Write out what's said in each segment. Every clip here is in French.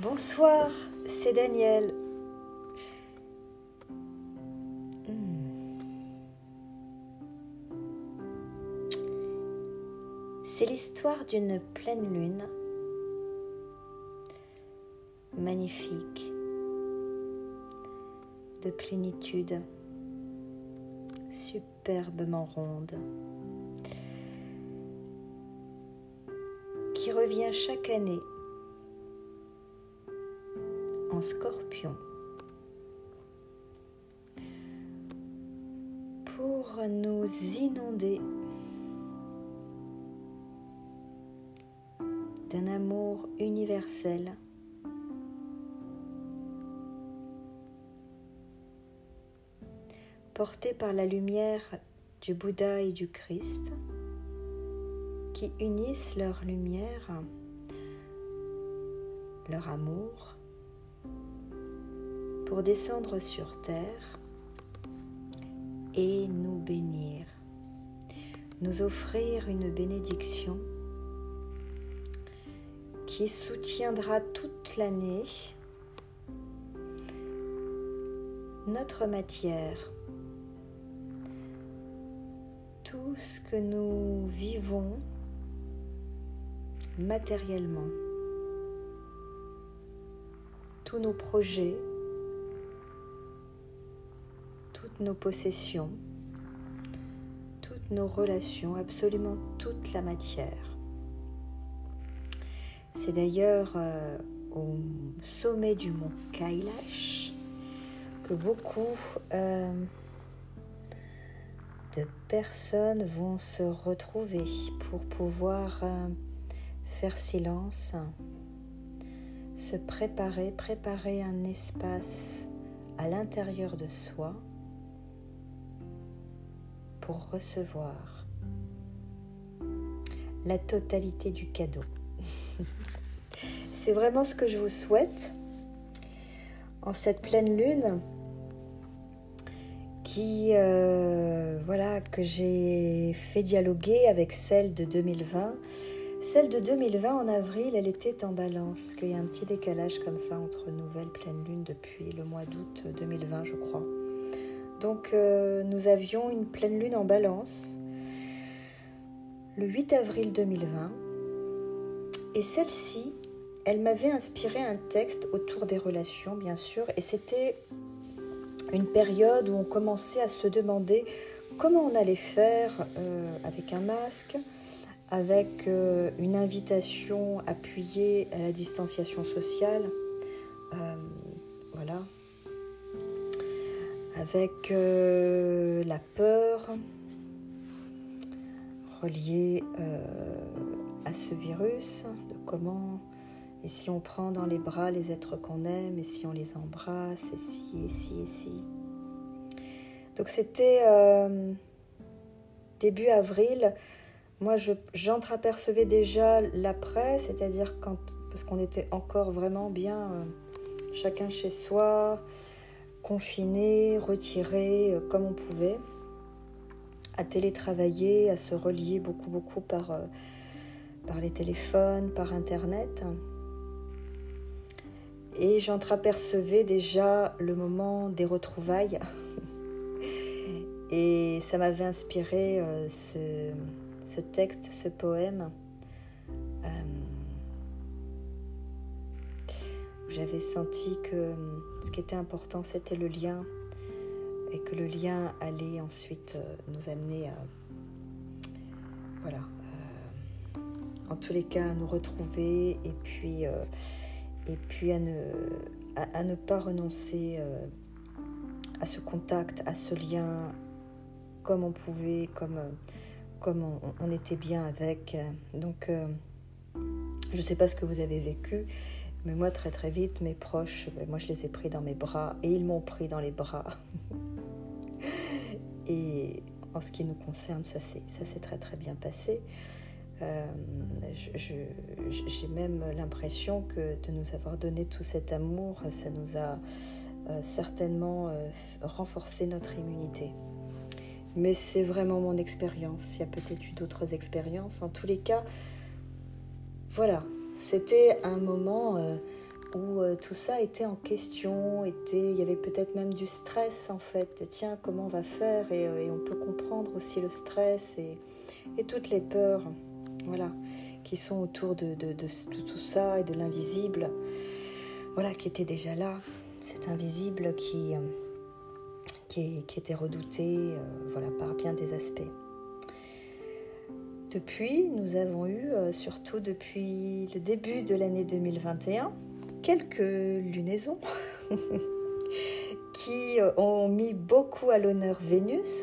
Bonsoir, c'est Daniel. C'est l'histoire d'une pleine lune magnifique, de plénitude, superbement ronde, qui revient chaque année en Scorpion pour nous inonder d'un amour universel porté par la lumière du Bouddha et du Christ qui unissent leur lumière, leur amour pour descendre sur terre et nous bénir, nous offrir une bénédiction qui soutiendra toute l'année notre matière, tout ce que nous vivons matériellement, tous nos projets, toutes nos possessions, toutes nos relations, absolument toute la matière. C'est d'ailleurs au sommet du mont Kailash que beaucoup de personnes vont se retrouver pour pouvoir faire silence, se préparer un espace à l'intérieur de soi pour recevoir la totalité du cadeau. C'est vraiment ce que je vous souhaite en cette pleine lune qui, que j'ai fait dialoguer avec celle de 2020. Celle de 2020 en avril, elle était en balance, parce qu'il y a un petit décalage comme ça entre nouvelle pleine lune depuis le mois d'août 2020, je crois. Donc nous avions une pleine lune en balance le 8 avril 2020 et celle-ci, elle m'avait inspiré un texte autour des relations, bien sûr, et c'était une période où on commençait à se demander comment on allait faire avec un masque, avec une invitation appuyée à la distanciation sociale, avec la peur reliée à ce virus, de comment, et si on prend dans les bras les êtres qu'on aime, et si on les embrasse, et si. Donc c'était début avril. Moi, j'entreapercevais déjà l'après, c'est-à-dire parce qu'on était encore vraiment bien chacun chez soi, confiné, retiré comme on pouvait, à télétravailler, à se relier beaucoup par les téléphones, par Internet. Et j'entreapercevais déjà le moment des retrouvailles. Et ça m'avait inspiré ce texte, ce poème, où j'avais senti que ce qui était important, c'était le lien, et que le lien allait ensuite nous amener en tous les cas à nous retrouver, et puis à ne pas renoncer à ce contact, à ce lien, comme on pouvait, comme on était bien avec. Donc, je ne sais pas ce que vous avez vécu, mais moi, très très vite, mes proches, moi je les ai pris dans mes bras, et ils m'ont pris dans les bras. Et en ce qui nous concerne, ça s'est très très bien passé. J'ai même l'impression que de nous avoir donné tout cet amour, ça nous a certainement renforcé notre immunité. Mais c'est vraiment mon expérience. Il y a peut-être eu d'autres expériences. En tous les cas, voilà, c'était un moment où tout ça était en question, il y avait peut-être même du stress en fait. Tiens, comment on va faire et on peut comprendre aussi le stress et toutes les peurs, voilà, qui sont autour de tout ça et de l'invisible, voilà, qui était déjà là, cet invisible qui était redouté, voilà, par bien des aspects. Depuis, nous avons eu, surtout depuis le début de l'année 2021, quelques lunaisons qui ont mis beaucoup à l'honneur Vénus.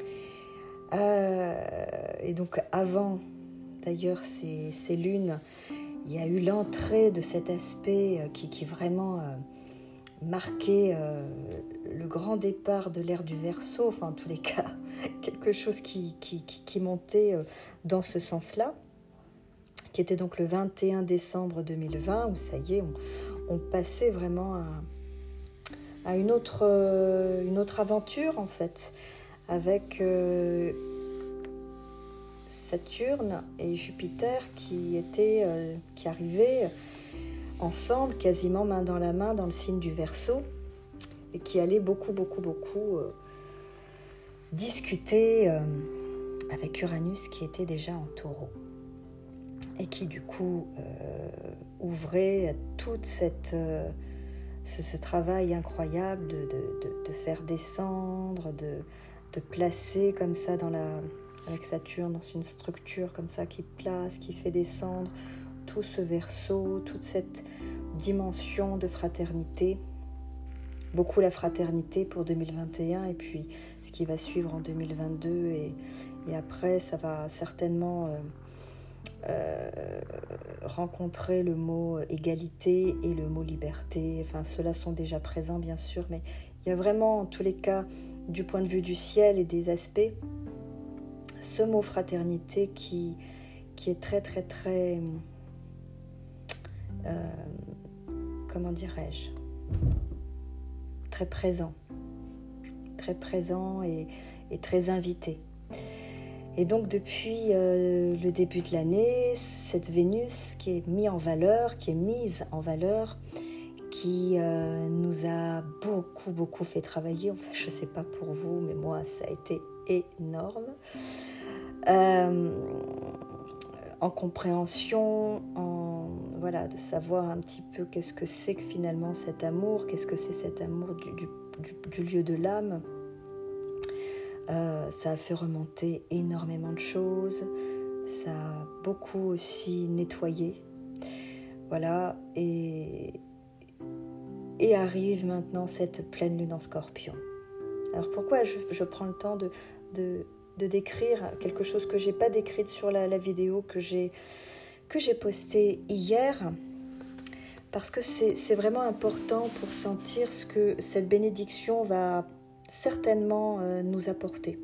Et donc avant, d'ailleurs, ces lunes, il y a eu l'entrée de cet aspect qui vraiment marquait le grand départ de l'ère du Verseau, enfin en tous les cas, quelque chose qui montait dans ce sens-là, qui était donc le 21 décembre 2020, où ça y est, on passait vraiment à une autre aventure en fait, avec Saturne et Jupiter qui arrivaient ensemble, quasiment main dans la main dans le signe du Verseau, et qui allaient beaucoup discuter avec Uranus qui était déjà en Taureau et qui du coup ouvrait tout ce travail incroyable de faire descendre, de placer comme ça avec Saturne dans une structure comme ça qui place, qui fait descendre tout ce Verseau, toute cette dimension de fraternité. Beaucoup la fraternité pour 2021 et puis ce qui va suivre en 2022 et après ça va certainement rencontrer le mot égalité et le mot liberté. Enfin, ceux-là sont déjà présents bien sûr, mais il y a vraiment en tous les cas du point de vue du ciel et des aspects ce mot fraternité qui est très comment dirais-je, très présent et très invité. Et donc depuis le début de l'année, cette Vénus qui est mise en valeur, qui nous a beaucoup fait travailler. Enfin, je ne sais pas pour vous, mais moi, ça a été énorme. En compréhension, voilà, de savoir un petit peu qu'est-ce que c'est que finalement cet amour, qu'est-ce que c'est cet amour du lieu de l'âme. Ça a fait remonter énormément de choses, ça a beaucoup aussi nettoyé, voilà, et arrive maintenant cette pleine lune en Scorpion. Alors pourquoi je prends le temps de décrire quelque chose que j'ai pas décrite sur la vidéo que j'ai postée hier, parce que c'est vraiment important pour sentir ce que cette bénédiction va certainement nous apporter.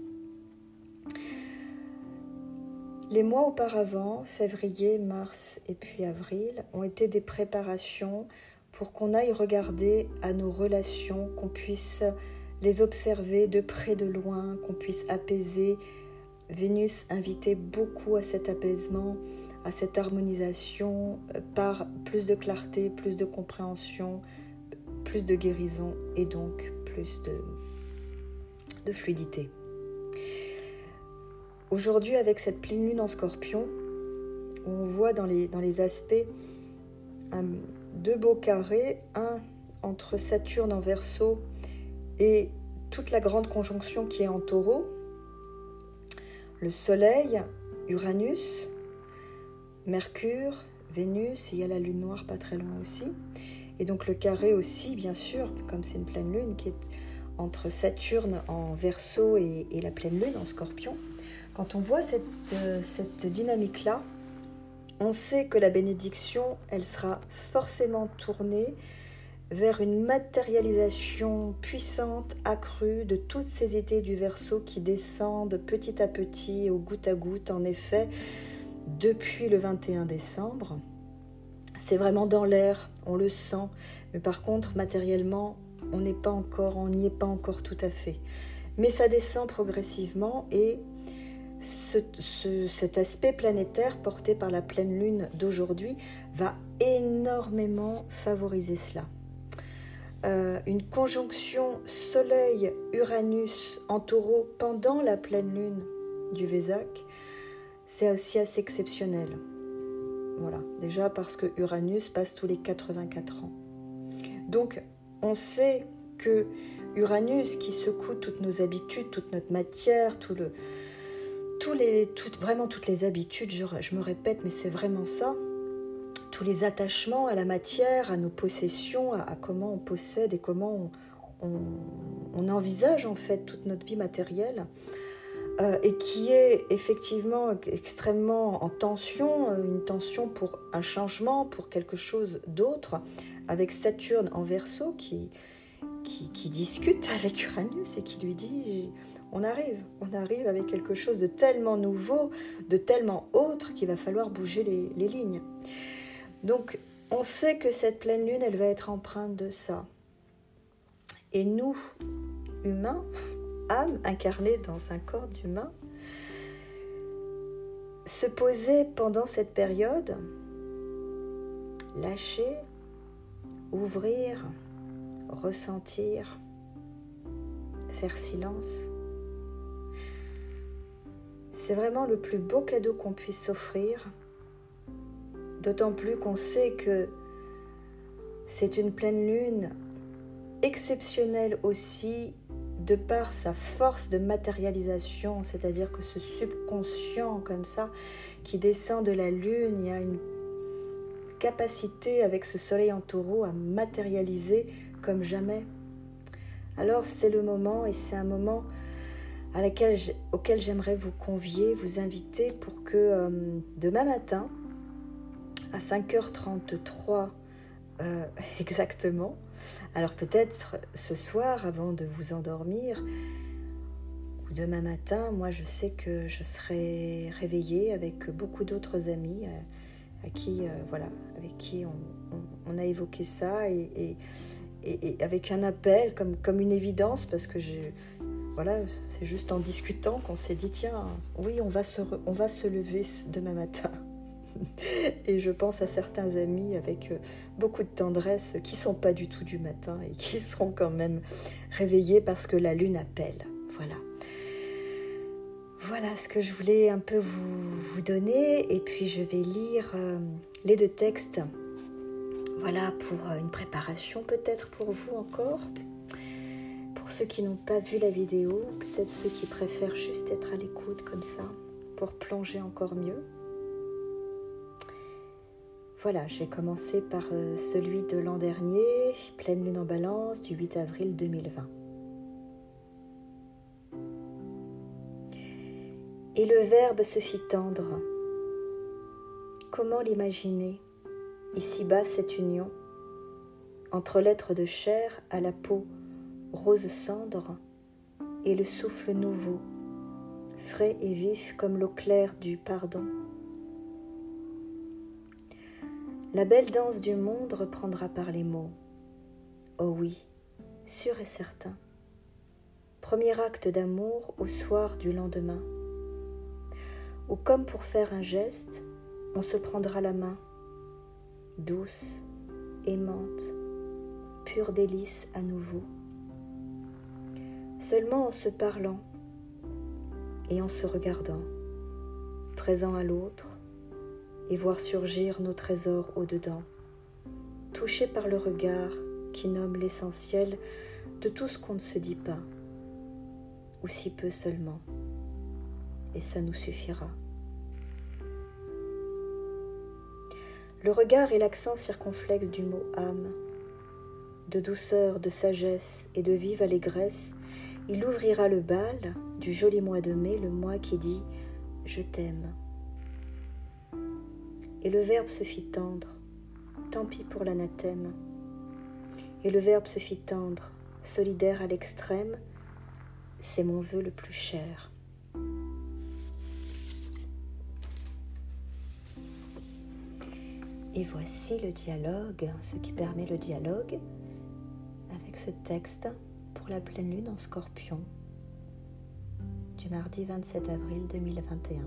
Les mois auparavant, février, mars et puis avril, ont été des préparations pour qu'on aille regarder à nos relations, qu'on puisse les observer de près, de loin, qu'on puisse apaiser. Vénus invitait beaucoup à cet apaisement, à cette harmonisation, par plus de clarté, plus de compréhension, plus de guérison et donc plus de fluidité. Aujourd'hui, avec cette pleine lune en Scorpion, on voit dans les aspects deux beaux carrés, un entre Saturne en Verseau et toute la grande conjonction qui est en Taureau, le Soleil, Uranus, Mercure, Vénus, et il y a la lune noire pas très loin aussi, et donc le carré aussi, bien sûr, comme c'est une pleine lune, qui est entre Saturne en Verseau et la pleine lune en Scorpion. Quand on voit cette dynamique-là, on sait que la bénédiction, elle sera forcément tournée vers une matérialisation puissante, accrue de toutes ces idées du Verseau qui descendent petit à petit, au goutte à goutte, en effet, depuis le 21 décembre. C'est vraiment dans l'air, on le sent, mais par contre, matériellement, on n'y est pas encore tout à fait. Mais ça descend progressivement et cet aspect planétaire porté par la pleine lune d'aujourd'hui va énormément favoriser cela. Une conjonction Soleil-Uranus en Taureau pendant la pleine lune du Vésac, c'est aussi assez exceptionnel. Voilà, déjà parce que Uranus passe tous les 84 ans. Donc, on sait que Uranus, qui secoue toutes nos habitudes, toute notre matière, vraiment toutes les habitudes, je me répète, mais c'est vraiment ça, tous les attachements à la matière, à nos possessions, à comment on possède et comment on envisage en fait toute notre vie matérielle, et qui est effectivement extrêmement en tension, une tension pour un changement, pour quelque chose d'autre, avec Saturne en Verseau qui discute avec Uranus et qui lui dit on arrive avec quelque chose de tellement nouveau, de tellement autre qu'il va falloir bouger les lignes. Donc on sait que cette pleine lune, elle va être empreinte de ça. Et nous, humains, âme incarnée dans un corps d'humain, se poser pendant cette période, lâcher, ouvrir, ressentir, faire silence. C'est vraiment le plus beau cadeau qu'on puisse s'offrir, d'autant plus qu'on sait que c'est une pleine lune exceptionnelle aussi de par sa force de matérialisation, c'est-à-dire que ce subconscient comme ça qui descend de la lune, il y a une capacité avec ce soleil en Taureau à matérialiser comme jamais. Alors c'est le moment, et c'est un moment auquel j'aimerais vous convier, vous inviter pour que demain matin à 5h33 exactement, alors peut-être ce soir avant de vous endormir ou demain matin, moi je sais que je serai réveillée avec beaucoup d'autres amis avec qui on a évoqué ça, et avec un appel comme une évidence, parce que c'est juste en discutant qu'on s'est dit tiens, oui, on va se lever demain matin. Et je pense à certains amis avec beaucoup de tendresse qui ne sont pas du tout du matin et qui seront quand même réveillés parce que la lune appelle. Voilà ce que je voulais un peu vous donner, et puis je vais lire les 2 textes. Voilà, pour une préparation peut-être pour vous encore. Pour ceux qui n'ont pas vu la vidéo, peut-être ceux qui préfèrent juste être à l'écoute comme ça, pour plonger encore mieux. Voilà, j'ai commencé par celui de l'an dernier, pleine lune en Balance, du 8 avril 2020. Et le Verbe se fit tendre. Comment l'imaginer, ici-bas cette union, entre l'être de chair à la peau rose cendre, et le souffle nouveau, frais et vif comme l'eau claire du pardon. La belle danse du monde reprendra par les mots. Oh oui, sûr et certain. Premier acte d'amour au soir du lendemain, où comme pour faire un geste, on se prendra la main, douce, aimante, pure délice à nouveau. Seulement en se parlant et en se regardant, présent à l'autre, et voir surgir nos trésors au-dedans, touchés par le regard qui nomme l'essentiel de tout ce qu'on ne se dit pas, ou si peu seulement, et ça nous suffira. Le regard est l'accent circonflexe du mot âme, de douceur, de sagesse et de vive allégresse. Il ouvrira le bal du joli mois de mai, le mois qui dit « Je t'aime ». Et le Verbe se fit tendre, tant pis pour l'anathème. Et le Verbe se fit tendre, solidaire à l'extrême, c'est mon vœu le plus cher. Et voici le dialogue, ce qui permet le dialogue avec ce texte pour la pleine lune en Scorpion du mardi 27 avril 2021.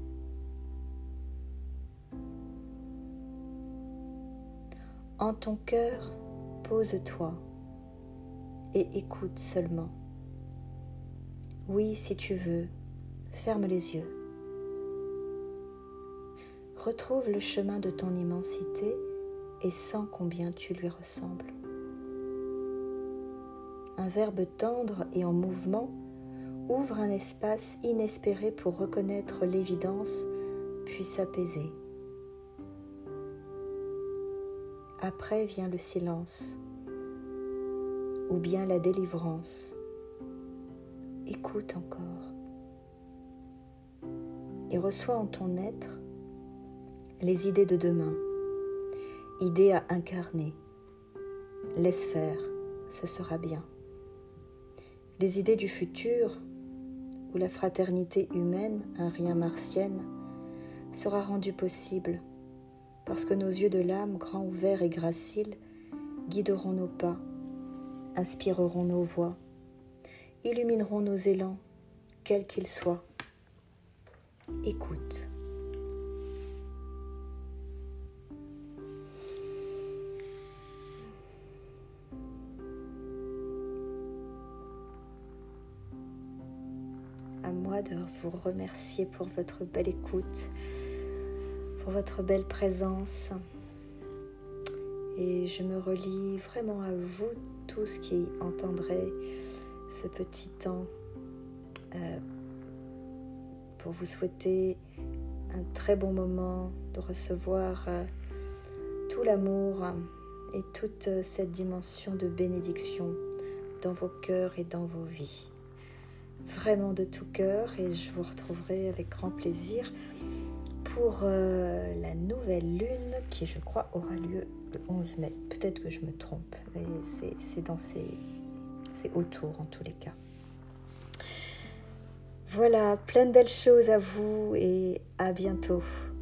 En ton cœur, pose-toi et écoute seulement. Oui, si tu veux, ferme les yeux. Retrouve le chemin de ton immensité et sens combien tu lui ressembles. Un verbe tendre et en mouvement ouvre un espace inespéré pour reconnaître l'évidence, puis s'apaiser. Après vient le silence, ou bien la délivrance. Écoute encore, et reçois en ton être les idées de demain, idées à incarner. Laisse faire, ce sera bien. Les idées du futur, où la fraternité humaine, un rien martienne, sera rendue possible, parce que nos yeux de l'âme, grands ouverts et graciles, guideront nos pas, inspireront nos voix, illumineront nos élans, quels qu'ils soient. Écoute. À moi de vous remercier pour votre belle écoute, pour votre belle présence. Et je me relie vraiment à vous tous qui entendraient ce petit temps pour vous souhaiter un très bon moment, de recevoir tout l'amour et toute cette dimension de bénédiction dans vos cœurs et dans vos vies. Vraiment de tout cœur, et je vous retrouverai avec grand plaisir pour la nouvelle lune qui, je crois, aura lieu le 11 mai. Peut-être que je me trompe, mais c'est autour en tous les cas. Voilà, plein de belles choses à vous et à bientôt.